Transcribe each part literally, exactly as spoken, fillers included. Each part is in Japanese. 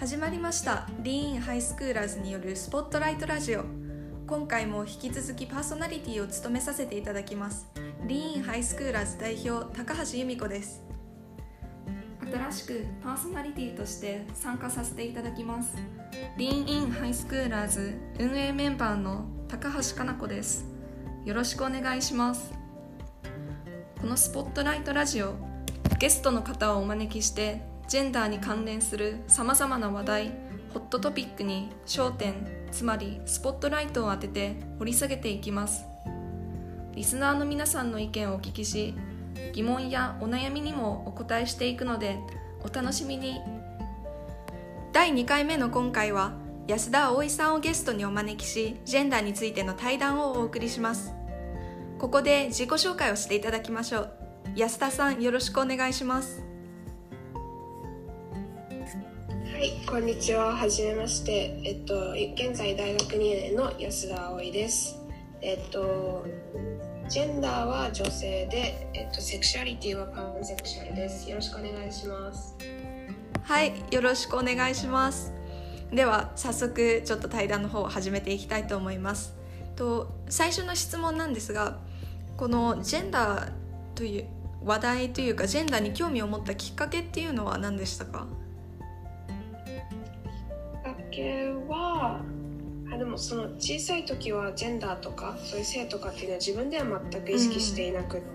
始まりましたリーンハイスクーラーズによるスポットライトラジオ。今回も引き続きパーソナリティを務めさせていただきますリーンハイスクーラーズ代表高橋由美子です。新しくパーソナリティとして参加させていただきますリーンインハイスクーラーズ運営メンバーの高橋かな子です。よろしくお願いします。このスポットライトラジオ、ゲストの方をお招きしてジェンダーに関連するさまざまな話題、ホットトピックに焦点、つまりスポットライトを当てて掘り下げていきます。リスナーの皆さんの意見をお聞きし、疑問やお悩みにもお答えしていくのでお楽しみに。だいにかいめの今回は安田葵さんをゲストにお招きし、ジェンダーについての対談をお送りします。ここで自己紹介をしていただきましょう。安田さん、よろしくお願いします。 はい、こんにちは。はじめまして。えっと、現在大学にねんの安田葵です。えっと、ジェンダーは女性で、えっと、セクシュアリティはパンセクシュアルです。よろしくお願いします。 はい、よろしくお願いします。では、早速ちょっと対談の方を始めていきたいと思います。と、最初の質問なんですが、このジェンダーという話題というか、ジェンダーに興味を持ったきっかけっていうのは何でしたか？ きっかけはあでもその小さい時はジェンダーとかそういう性とかっていうのは自分では全く意識していなくって、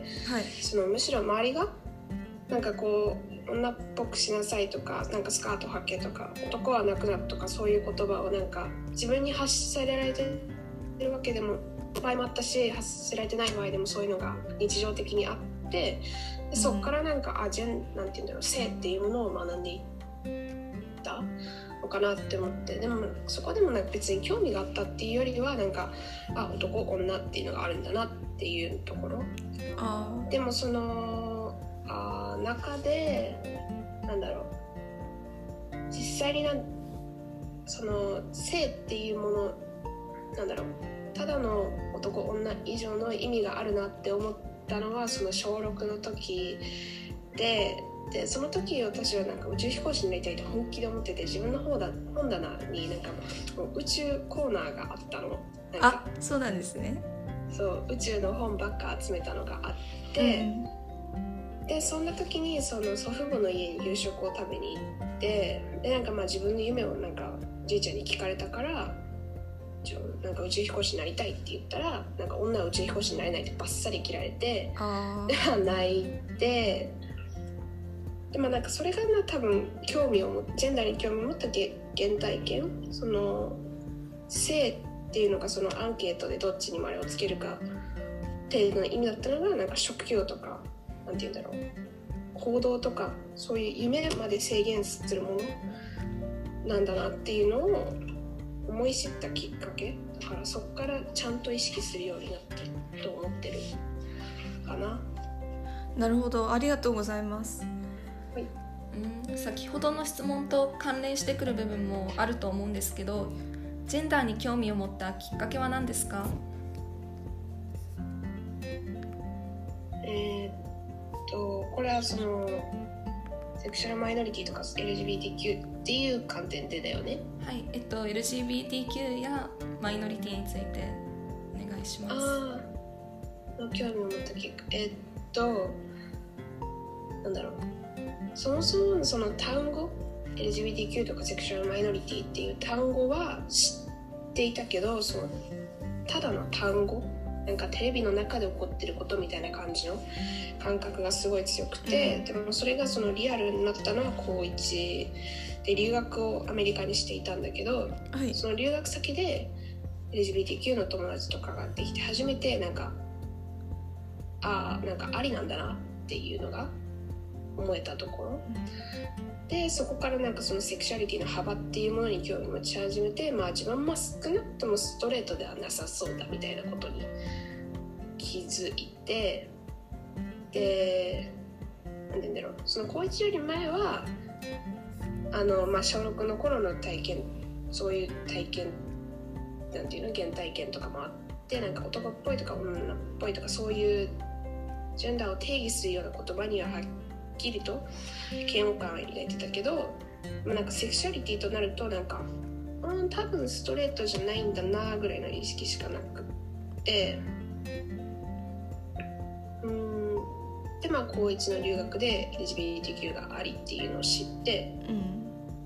うんはい、 そのむしろ周りがなんかこう女っぽくしなさいとか、なんかスカート履けとか、男は泣くなとか、そういう言葉をなんか自分に発せられてるわけでも場合もあったし、発せられてない場合でもそういうのが日常的にあって、でそっからなんかあジェンなんていうんだろう、性っていうものを学んでいったのかなって思って、でもそこでもなんか別に興味があったっていうよりは、なんかあ男女っていうのがあるんだなっていうところ。 あでもそのあ中でなんだろう、実際になんその性っていうものなんだろう、ただの男女以上の意味があるなって思ったのはそのしょうろくの時で。でその時私はなんか宇宙飛行士になりたいと本気で思ってて、自分の方だ本棚になんか宇宙コーナーがあったの。なんかあ、そうなんですね。 そう宇宙の本ばっか集めたのがあって、うん、でそんな時にその祖父母の家に夕食を食べに行って、でなんかまあ自分の夢をなんかじいちゃんに聞かれたから、ちょなんか宇宙飛行士になりたいって言ったら、なんか女は宇宙飛行士になれないってバッサリ切られて、 あで泣いて、でもなんかそれがな多分興味を持ジェンダーに興味を持った原体験、その性っていうのがそのアンケートでどっちに丸をつけるか程度の意味だったのが、なんか職業とかなんていうんだろう、行動とかそういう夢まで制限するものなんだなっていうのを思い知ったきっかけだから、そこからちゃんと意識するようになったと思ってるかな。 なるほど、ありがとうございます。 はい、 うん、先ほどの質問と関連してくる部分もあると思うんですけど、ジェンダーに興味を持ったきっかけは何ですか？ えー、っとこれはそのセクシュアルマイノリティとか エルジービーティーキュー っていう観点でだよね。 はい、えっと エルジービーティーキュー やマイノリティについてお願いします。 ああ、興味を持ったきっかけ、えー、っとなんだろう、そもそもその単語 エルジービーティーキュー とかセクシュアルマイノリティっていう単語は知っていたけど、そのただの単語、なんかテレビの中で起こってることみたいな感じの感覚がすごい強くて、うん、でもそれがそのリアルになったのは高いちで留学をアメリカにしていたんだけど、 はい、 その留学先で エルジービーティーキュー の友達とかができて初めてなんかああなんかありなんだなっていうのが思えたところで、そこからなんかそのセクシュアリティの幅っていうものに興味を持ち始めて、まあ自分も少なくともストレートではなさそうだみたいなことに気づいて、でなんて言うんだろう、その高いちより前はあの、まあ、小ろくの頃の体験、そういう体験なんていうの原体験とかもあって、なんか男っぽいとか女っぽいとかそういうジェンダーを定義するような言葉にははっきりと嫌悪感を抱いてたけど、 まあ、なんかセクシャリティとなるとなんか、うん、多分ストレートじゃないんだなぐらいの意識しかなくて、うんでまあ高いちの留学で エルジービーティーキュー がありっていうのを知って、 うん、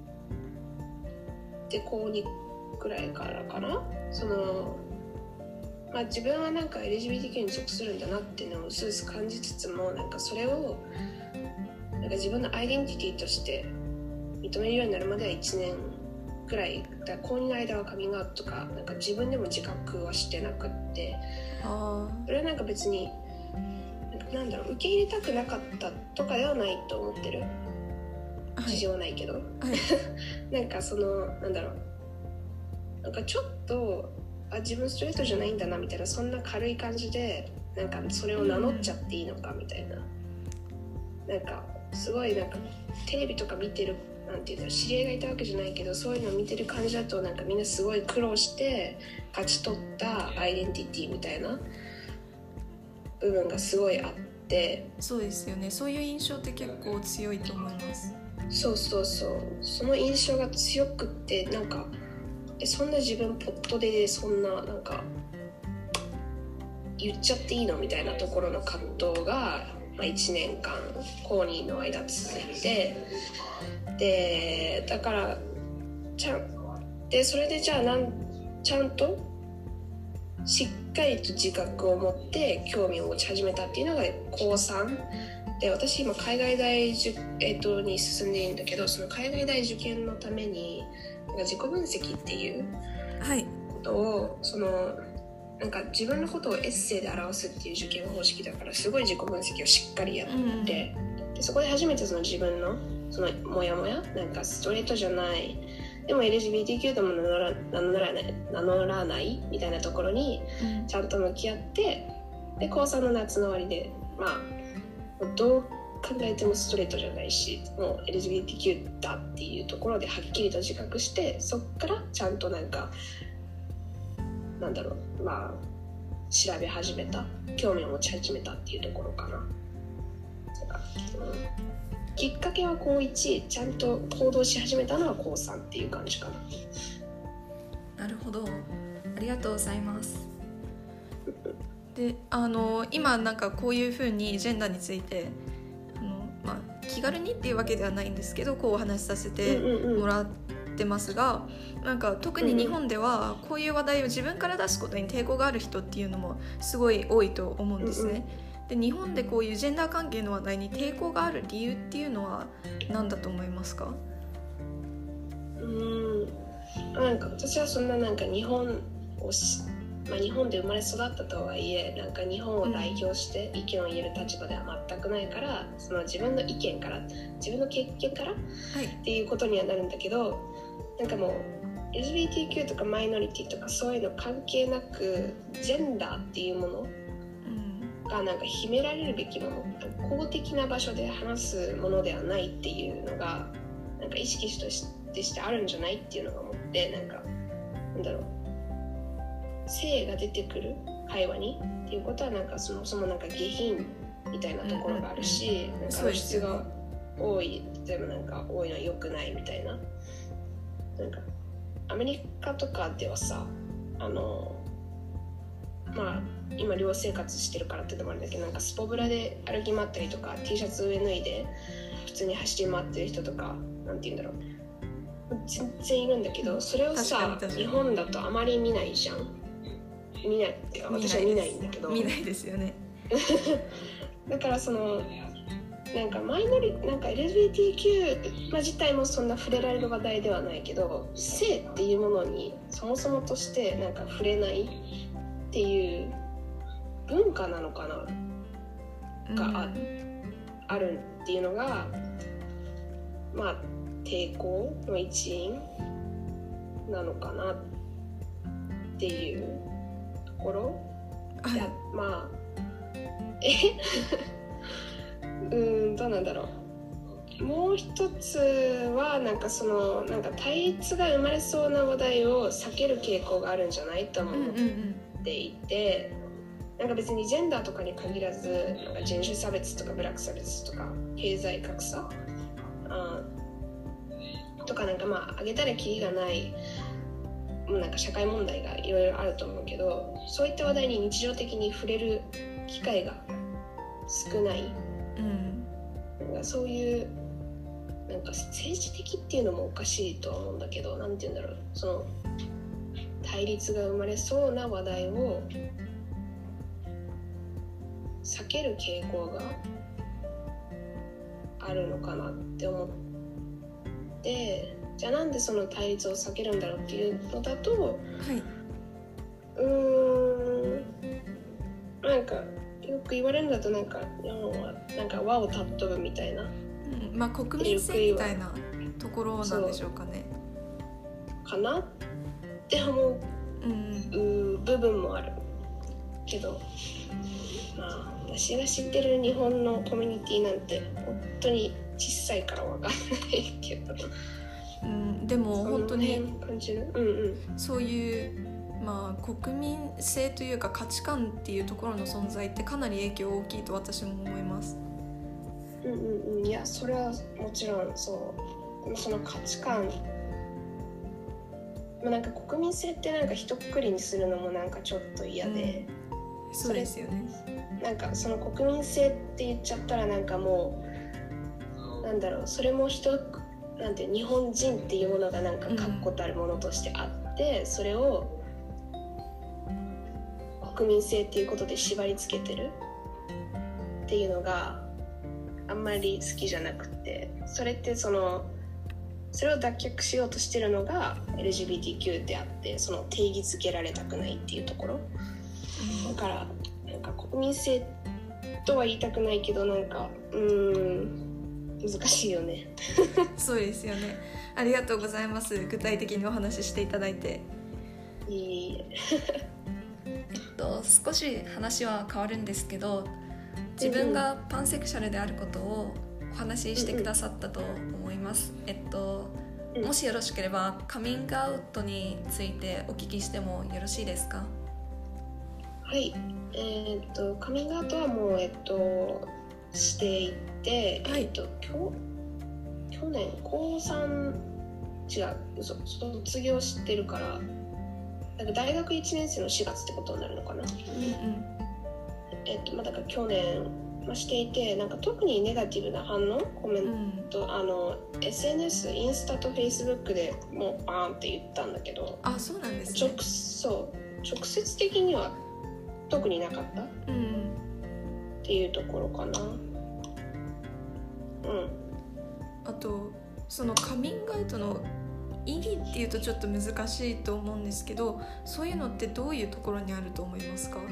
で高にくらいからかな、そのまあ、自分はなんか エルジービーティーキュー に属するんだなっていうのを薄々感じつつも、なんかそれをなんか自分のアイデンティティとして認めるようになるまではいちねんくらいだ、高にの間はカミングアウトとかなんか自分でも自覚はしてなくって、 あそれはなんか別になんだろう受け入れたくなかったとかではないと思ってる、事情はないけど、はい、なんかそのなんだろうなんかちょっとあ自分ストレートじゃないんだなみたいな、そんな軽い感じでなんかそれを名乗っちゃっていいのかみたいな、なんかすごいなんかテレビとか見てるなんていうの知り合いがいたわけじゃないけど、そういうのを見てる感じだとなんかみんなすごい苦労して勝ち取ったアイデンティティみたいな部分がすごいあって、 そうですよね、そういう印象って結構強いと思います。 そうそうそう、その印象が強くって、なんかえそんな自分ポットでそんななんか言っちゃっていいのみたいなところの葛藤が、まあ、いちねんかん高にの間続いて、でだからちゃんでそれでじゃあなんちゃんとしっかりと自覚を持って興味を持ち始めたっていうのがこうさんで、私今海外大受、えー、とに進んでいるんだけど、その海外大受験のためになんか自己分析っていうことを、はい、そのなんか自分のことをエッセイで表すっていう受験方式だから、すごい自己分析をしっかりやって、うん、でそこで初めてその自分のそのモヤモヤなんかストレートじゃないでも エルジービーティーキュー とも名乗ら、名乗らない、名乗らないみたいなところにちゃんと向き合って、うん、で高さんの夏の終わりでまあどう考えてもストレートじゃないしもう エルジービーティーキュー だっていうところではっきりと自覚して、そっからちゃんとなんかなんだろうまあ調べ始めた、興味を持ち始めたっていうところかな。なんか、うん、きっかけは高いち、ちゃんと行動し始めたのは高さんっていう感じかな。 なるほど、ありがとうございます。であの今なんかこういうふうにジェンダーについてあの、まあ、気軽にっていうわけではないんですけどこうお話しさせてもらってますが、うんうんうん、なんか特に日本ではこういう話題を自分から出すことに抵抗がある人っていうのもすごい多いと思うんですね、うんうん、で日本でこういうジェンダー関係の話題に抵抗がある理由っていうのは何だと思いますか？ うーんなんか私はそんななんか日本をしまあ、日本で生まれ育ったとはいえなんか日本を代表して意見を言える立場では全くないから、うん、その自分の意見から自分の経験から、はい、っていうことにはなるんだけど、なんかもう エルジービーティーキュー とかマイノリティとかそういうの関係なくジェンダーっていうものがなんか秘められるべきもの、公的な場所で話すものではないっていうのがなんか意識としてあるんじゃないっていうのが思って、なんかなんだろう性が出てくる会話にっていうことはなんかそもそもなんか下品みたいなところがあるし、うんうん、なんか露出が多い、例えばなんか多いのは良くないみたいな、なんかアメリカとかではさあのまあ今寮生活してるからってのもあるんだけど、なんかスポブラで歩き回ったりとか T シャツ上脱いで普通に走り回ってる人とかなんて言うんだろう全然いるんだけど、それをさ日本だとあまり見ないじゃん。見ないっていうか私は見ないんだけど見ないですよねだからそのなんかマイノリなんか エルジービーティーキュー、まあ、自体もそんな触れられる話題ではないけど、性っていうものにそもそもとしてなんか触れないっていう文化なのかなが あ,、うん、あるっていうのがまあ抵抗の一因なのかなっていうところ、いやまあえうーんどうなんだろう。もう一つはなんかそのなんか対立が生まれそうな話題を避ける傾向があるんじゃないと思っていて、うんうんうん、なんか別にジェンダーとかに限らずなんか人種差別とかブラック差別とか経済格差あとかなんかまあ挙げたらキリがないなんか社会問題がいろいろあると思うけど、そういった話題に日常的に触れる機会が少ない、うん、なんかそういうなんか政治的っていうのもおかしいとは思うんだけど、なんて言うんだろう、その対立が生まれそうな話題を避ける傾向があるのかなって思って、じゃあなんでその対立を避けるんだろうっていうのだと、はい、うーんなんかよく言われるんだとなんか日本はなんか和を尊ぶみたいな、 うん、まあ国民性みたいなところなんでしょうかね。 かなって思う、うん、う部分もあるけど、まあ私が知ってる日本のコミュニティなんて本当に小さいからわかんないけど、 うん、でも本当に感じる、うんうん、 そういうまあ国民性というか価値観っていうところの存在ってかなり影響大きいと私も思います。 うんうんうん、いやそれはもちろんそう。でもその価値観、まあ、なんか国民性ってなんか一括りにするのもなんかちょっと嫌で、 うん、そうですよね。 なんかその国民性って言っちゃったらなんかもうなんだろう、それも一なんて日本人っていうものがなんか確固たるものとしてあって、うん、それを国民性っていうことで縛り付けてるっていうのがあんまり好きじゃなくて、それってそのそれを脱却しようとしてるのが エルジービーティーキュー であって、その定義付けられたくないっていうところ、うん、だからなんか国民性とは言いたくないけどなんかうーん難しいよねそうですよね。ありがとうございます。具体的にお話ししていただいて。 いいええっと少し話は変わるんですけど、自分がパンセクシャルであることをお話ししてくださったと思います。えっともしよろしければカミングアウトについてお聞きしてもよろしいですか？ はい、えー、っとカミングアウトはもうえっとしていて、はい、えっと去去年高さん違う嘘卒業してるから、なんか大学いちねん生のしがつってことになるのかな。うんうん、えっとまあだから去年、まあ、していて、なんか特にネガティブな反応コメント、うん、あの エスエヌエス インスタとフェイスブックでもうバーンって言ったんだけど、 あ、そうなんですね。 直そう直接的には特になかった、うん、っていうところかな。うん。 あとそのカミングアウトの意義っていうとちょっと難しいと思うんですけど、そういうのってどういうところにあると思いますか？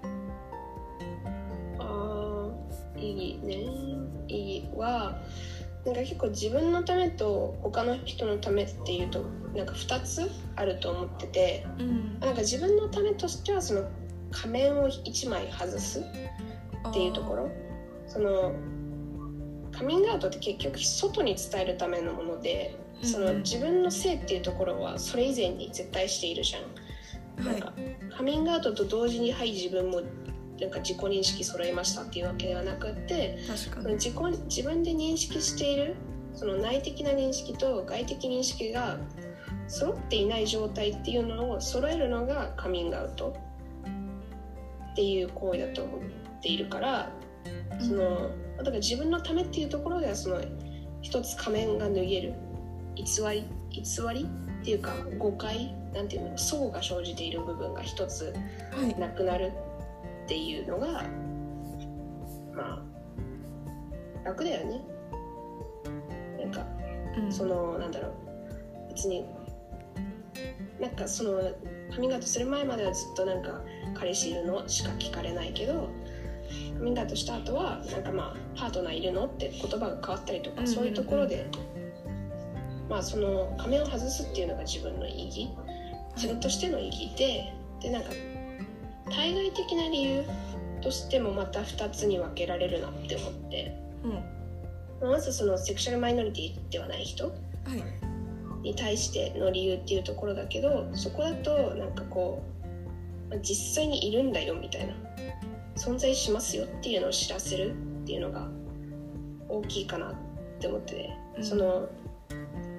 あー、意義ね。意義はなんか結構自分のためと他の人のためっていうとなんかふたつあると思ってて、うん、なんか自分のためとしてはその仮面をいちまい外すっていうところ、そのカミングアウトって結局外に伝えるためのもので、うん、その自分の性っていうところはそれ以前に絶対しているじゃん、はい、なんかカミングアウトと同時にはい自分もなんか自己認識揃いましたっていうわけではなくて、 確かに自己自分で認識しているその内的な認識と外的認識が揃っていない状態っていうのを揃えるのがカミングアウトっていう行為だと思っているから、そのだから自分のためっていうところではその一つ仮面が脱げる、偽り偽りっていうか誤解なんていうの、相が生じている部分が一つなくなるっていうのが、はい、まあ楽だよね。なんか、うん、そのなんだろう、別になんかそのカミングアウトする前まではずっとなんか彼氏いるのしか聞かれないけど、カミングアウトした後はなんかまあパートナーいるのって言葉が変わったりとか、うんうんうん、そういうところでまあその仮面を外すっていうのが自分の意義、自分としての意義で、でなんか対外的な理由としてもまたふたつに分けられるなって思って、うん、まずそのセクシャルマイノリティではない人に対しての理由っていうところだけど、そこだとなんかこう実際にいるんだよみたいな、存在しますよっていうのを知らせるっていうのが大きいかなって思ってて、うん、その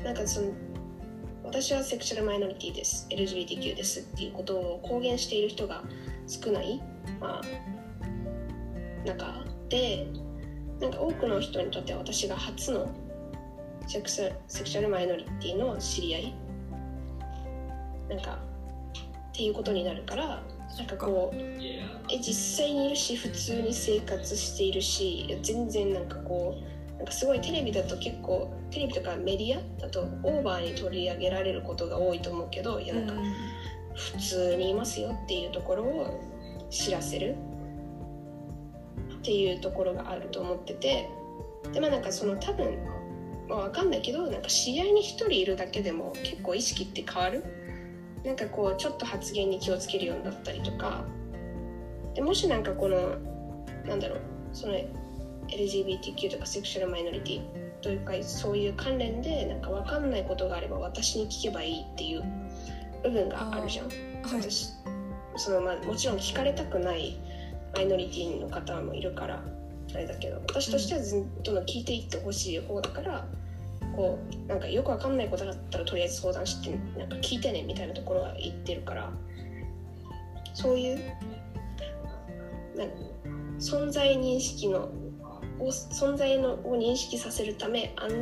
なんかその私はセクシャルマイノリティです エルジービーティーキュー ですっていうことを公言している人が少ない、まあ、中でなんか多くの人にとっては私が初のセクシャル、セクシャルマイノリティの知り合いなんかっていうことになるからなんかこうえ実際にいるし普通に生活しているし全然なんかこうなんかすごいテレビだと結構テレビとかメディアだとオーバーに取り上げられることが多いと思うけどいやなんか普通にいますよっていうところを知らせるっていうところがあると思っててでまあなんかその多分、まあ、分かんないけどなんか試合に一人いるだけでも結構意識って変わるなんかこうちょっと発言に気をつけるようになったりとかでもしなんかこのなんだろうその エルジービーティーキュー とかセクシャルマイノリティというかそういう関連でなんか分かんないことがあれば私に聞けばいいっていう部分があるじゃん、はい、私その、まあ、もちろん聞かれたくないマイノリティの方もいるからあれだけど私としてはずっとの聞いていってほしい方だから、うん、こうなんかよく分かんないことだったらとりあえず相談してなんか聞いてねみたいなところは言ってるからそういうなんか存在認識の存在のを認識させるため&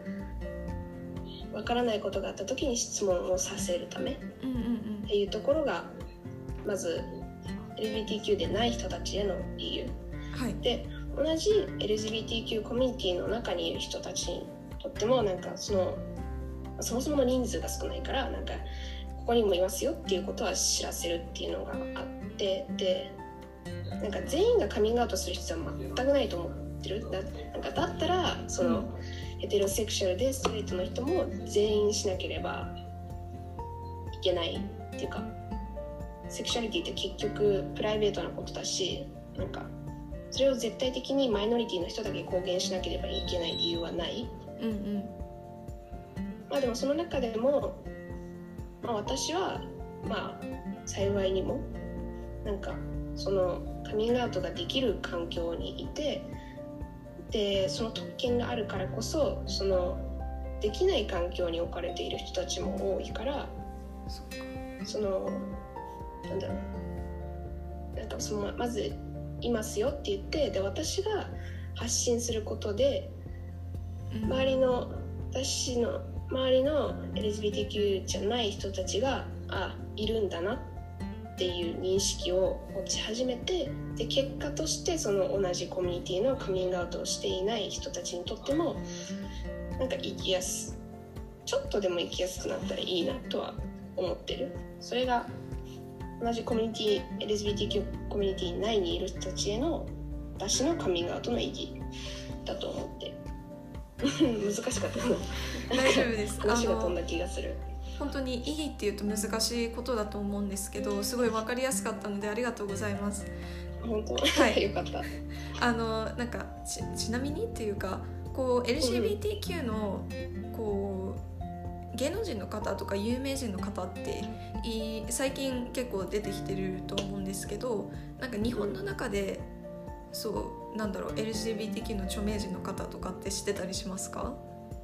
分からないことがあった時に質問をさせるためっていうところがまず エルジービーティーキュー でない人たちへの理由、はい、で同じ エルジービーティーキュー コミュニティの中にいる人たちにとってもなんかそのそもそもの人数が少ないからなんかここにもいますよっていうことは知らせるっていうのがあってでなんか全員がカミングアウトする必要は全くないと思ってる だ, なんかだったらその、うん、ヘテロセクシャルでストレートの人も全員しなければいけないっていうかセクシャリティって結局プライベートなことだしなんかそれを絶対的にマイノリティの人だけ公言しなければいけない理由はない、うんうんまあ、でもその中でも、まあ、私はまあ幸いにもなんかそのカミングアウトができる環境にいてでその特権があるからこそそのできない環境に置かれている人たちも多いからそ, そのなんだろうなんかそのまずいますよって言ってで私が発信することで周りの私の周りの エルジービーティーキュー じゃない人たちがあいるんだなっていう認識を持ち始めてで結果としてその同じコミュニティのカミングアウトをしていない人たちにとってもなんか生きやすちょっとでも生きやすくなったらいいなとは思ってるそれが同じコミュニティ エルジービーティーキュー コミュニティ内にいる人たちへの私のカミングアウトの意義だと思って難しかった大丈夫です話が飛んだ気がする本当に意義っていうと難しいことだと思うんですけどすごい分かりやすかったのでありがとうございます本当、はい、よかったあのなんか ち, ちなみにっていうかこう エルジービーティーキュー のこう芸能人の方とか有名人の方ってい最近結構出てきてると思うんですけどなんか日本の中でそうなんだろう エルジービーティーキュー の著名人の方とかって知ってたりしますか？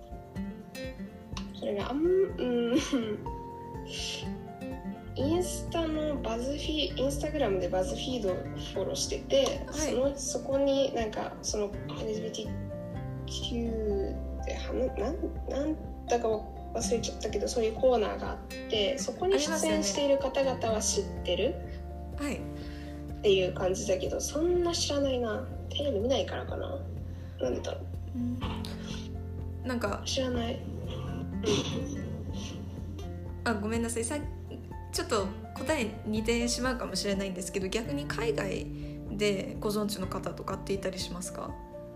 それがあんうんインスタのバズフィインスタグラムでバズフィードフォローしてて、はい、そのそこになんかその エルジービーティーキュー でなんなんだか忘れちゃったけどそういうコーナーがあってそこに出演している方々は知ってる、はい、っていう感じだけどそんな知らないなテレビ見ないからかななんでだろう、うん、 なんか知らないあごめんなさいさちょっと答え似てしまうかもしれないんですけど逆に海外でご存知の方とかっていたりしますか？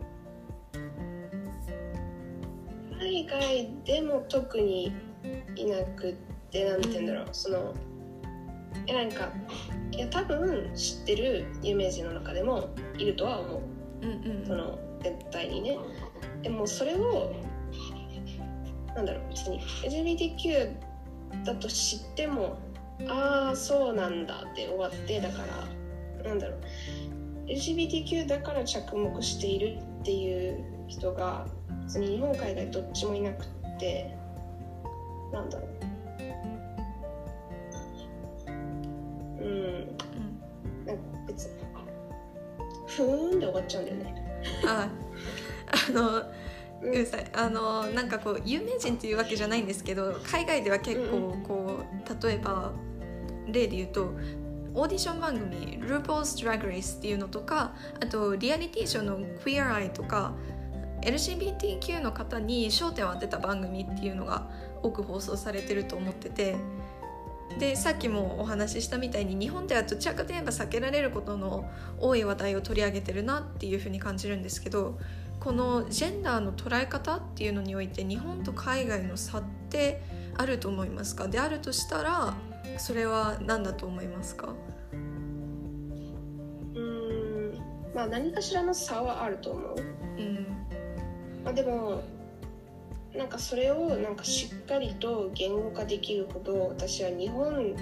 海外でも特にいなくってなんて言うんだろう、うん、そのえなんかいや多分知ってる有名人の中でもいるとは思う、うんうん、その絶対にねでもそれをなんだろう別に エルジービーティーキュー だと知ってもああそうなんだって終わってだからなんだろう エルジービーティーキュー だから着目しているっていう人が別に日本海外どっちもいなくってなんだろううん、うん、なんか別にふーんで終わっちゃうんだよね。 ああのうるさいあのなんかこう有名人っていうわけじゃないんですけど、海外では結構こう例えば例で言うとオーディション番組 RuPaul's Drag Race っていうのとか、あとリアリティショーの Queer Eye とか エルジービーティーキュー の方に焦点を当てた番組っていうのが多く放送されてると思ってて、でさっきもお話ししたみたいに日本ではどちらかといえば避けられることの多い話題を取り上げてるなっていうふうに感じるんですけど、このジェンダーの捉え方っていうのにおいて日本と海外の差ってあると思いますか？であるとしたらそれは何だと思いますか？ うーん、まあ何かしらの差はあると思う、うんまあ、でもなんかそれをなんかしっかりと言語化できるほど私は日本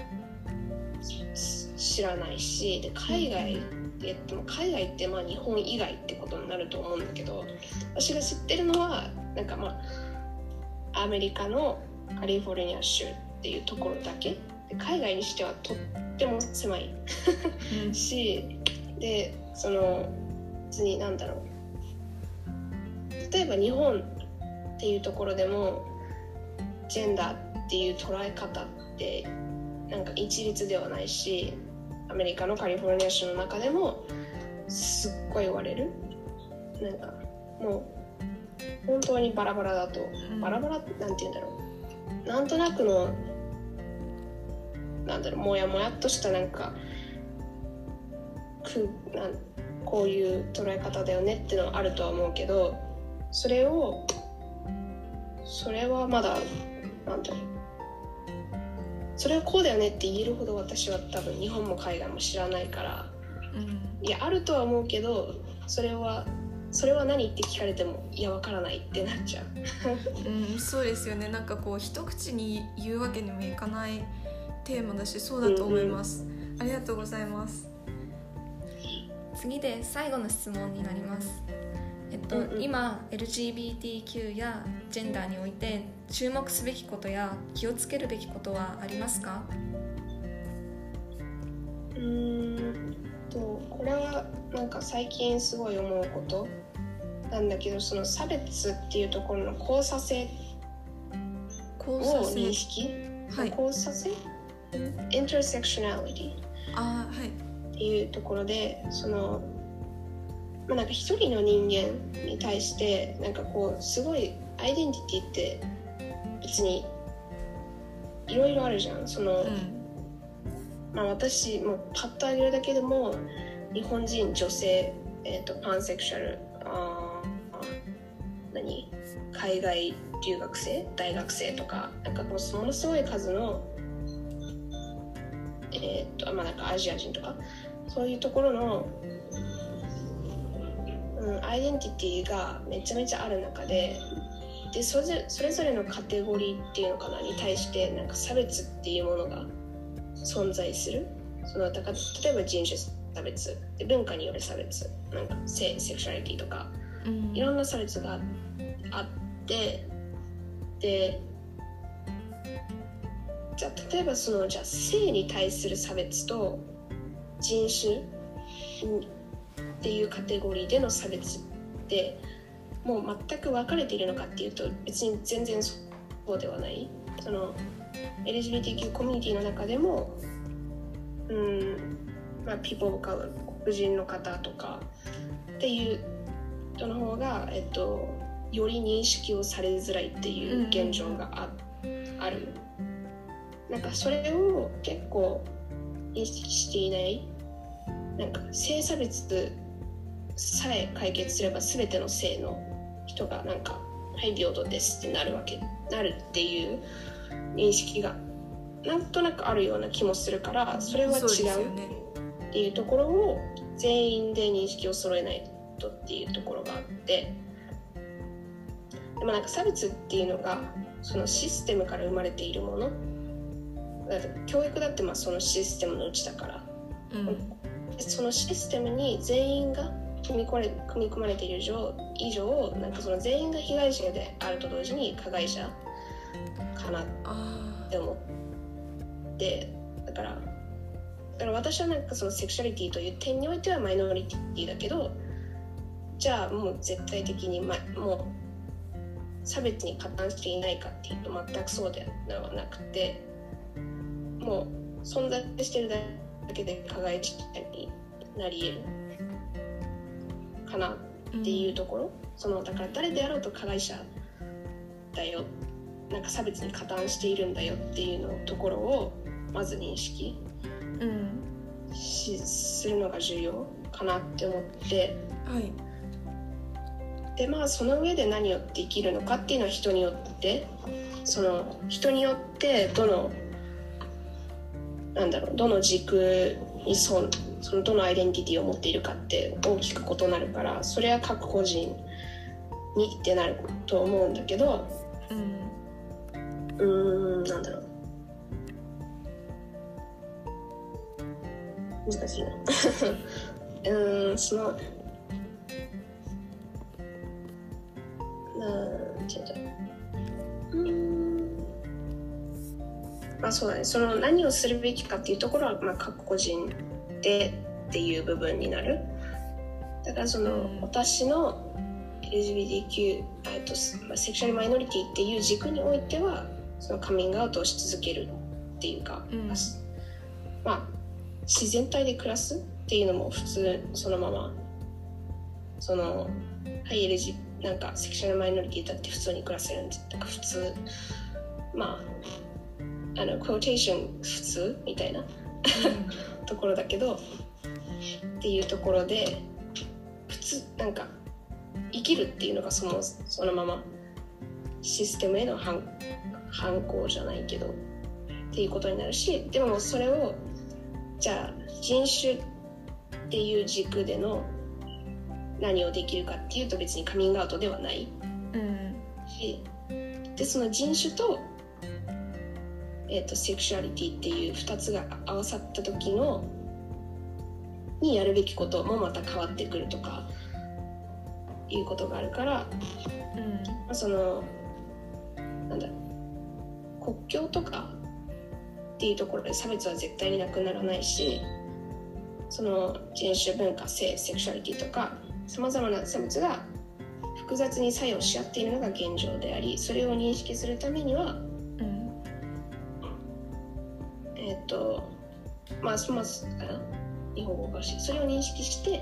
知らないし、で海外って言っても海外ってまあ日本以外ってことになると思うんだけど、私が知ってるのはなんかまあアメリカのカリフォルニア州っていうところだけで、海外にしてはとっても狭いし、でその別になんだろう、例えば日本っていうところでもジェンダーっていう捉え方ってなんか一律ではないし、アメリカのカリフォルニア州の中でもすっごい言われる。なんかもう本当にバラバラだと、バラバラなんて言うんだろう、なんとなくのなんだろう、もやもやっとしたなんかくなんこういう捉え方だよねっていうのはあるとは思うけど、それをそれはまだなんだろう、それはこうだよねって言えるほど私は多分日本も海外も知らないから、うん、いやあるとは思うけど、それはそれは何って聞かれてもいやわからないってなっちゃう、 うん、そうですよね。なんかこう一口に言うわけにもいかないテーマだし、そうだと思います、うんうん、ありがとうございます。 次で最後の質問になります。えっと、うんうん、今 エルジービーティーキュー やジェンダーにおいて注目すべきことや気をつけるべきことはありますか？ うーんとこれはなんか最近すごい思うことなんだけど、その差別っていうところの交差性を認識、はい、交差性、インターセクショナリティっていうところで、そのまあ、なんか一人の人間に対してなんかこうすごいアイデンティティって別にいろいろあるじゃん。その、うんまあ、私もうパッと挙げるだけでも日本人女性、えー、とパンセクシャル、あ何海外留学生大学生とかなんかもうものすごい数の、えーとまあ、なんかアジア人とかそういうところのうん、アイデンティティがめちゃめちゃある中で、でそれ、それぞれのカテゴリーっていうのかなに対してなんか差別っていうものが存在する。そのだから例えば人種差別で文化による差別、なんか性セクシュアリティとか、うん、いろんな差別があって、でじゃあ例えばそのじゃあ性に対する差別と人種っていうカテゴリーでの差別ってもう全く分かれているのかっていうと別に全然そうではない。その エルジービーティーキュー コミュニティの中でもうん、まあ、people of color 黒人の方とかっていう人の方が、えっと、より認識をされづらいっていう現状が あ,、うん、ある。なんかそれを結構認識していない。なんか性差別さえ解決すれば全ての性の人がなんかはい平等ですってなるわけなるっていう認識がなんとなくあるような気もするから、それは違うっていうところを全員で認識を揃えないとっていうところがあって、でもなんか差別っていうのがそのシステムから生まれているものだって、教育だってまあそのシステムのうちだから、うん、そのシステムに全員が組み込まれ、組み込まれている以上、なんかその全員が被害者であると同時に加害者かなって思ってだからだから私はなんかそのセクシャリティという点においてはマイノリティだけどじゃあもう絶対的に、ま、もう差別に加担していないかっていうと全くそうではなくてもう存在しているだけで加害者になり得るかなっていうところ、うん、そのだから誰であろうと加害者だよなんか差別に加担しているんだよっていうのところをまず認識、うん、しするのが重要かなって思って、はい、でまあその上で何をできるのかっていうのは人によってその人によってどのなんだろうどの軸にそそのどのアイデンティティを持っているかって大きく異なるからそれは各個人にってなると思うんだけど、うん、うーんなんだろう難しいなうーんそのなんて言うんだろううーんまあそうだねその何をするべきかっていうところは、まあ、各個人でっていう部分になるだからその、うん、私の エルジービーティーキュー とセクシャルマイノリティっていう軸においてはそのカミングアウトをし続けるっていうか、うん、まあ自然体で暮らすっていうのも普通そのままそのはい エルジー なんかセクシャルマイノリティだって普通に暮らせるんだから普通まああのクオーテーション普通みたいな、うん、ところだけどっていうところで普通なんか生きるっていうのがそのそのままシステムへの反反抗じゃないけどっていうことになるしでもそれをじゃあ人種っていう軸での何をできるかっていうと別にカミングアウトではない、うん、しでその人種と、えーと、セクシュアリティっていうふたつが合わさった時のにやるべきこともまた変わってくるとかいうことがあるから、うん、そのなんだ国境とかっていうところで差別は絶対になくならないしその人種文化性セクシュアリティとかさまざまな差別が複雑に作用し合っているのが現状でありそれを認識するためには、うん、えっ、ー、とまあそもそも日本語おかしいそれを認識して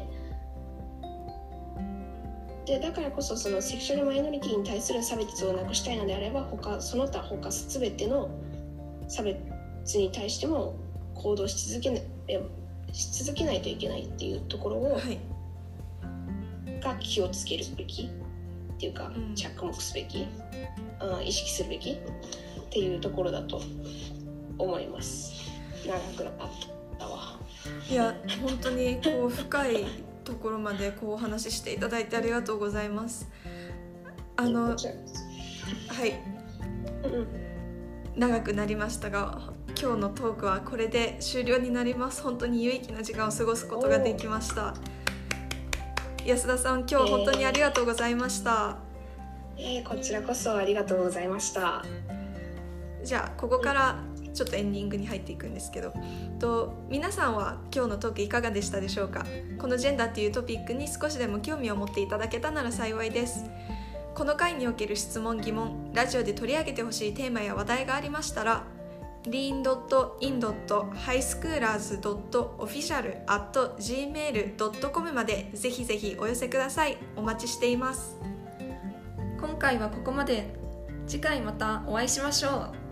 でだからこそそのセクシュアルマイノリティに対する差別をなくしたいのであれば他その他他すべての差別に対しても行動し続けなし続けないといけないっていうところを、はい、が気をつけるべきっていうか、うん、着目すべき、うん、意識するべきっていうところだと思います。長くなったわ。 いや本当にこう深いところまでこうお話ししていただいてありがとうございます。あのはい、うん、長くなりましたが今日のトークはこれで終了になります。本当に有意義な時間を過ごすことができました。安田さん今日本当にありがとうございました。 えー、こちらこそありがとうございました。 じゃあここからちょっとエンディングに入っていくんですけどと皆さんは今日のトークいかがでしたでしょうか。このジェンダーっていうトピックに少しでも興味を持っていただけたなら幸いです。この回における質問疑問ラジオで取り上げてほしいテーマや話題がありましたら リーンドットインドットハイスクーラーズドットオフィシャルアットジーメールドットコム までぜひぜひお寄せください。お待ちしています。 今回はここまで。次回またお会いしましょう。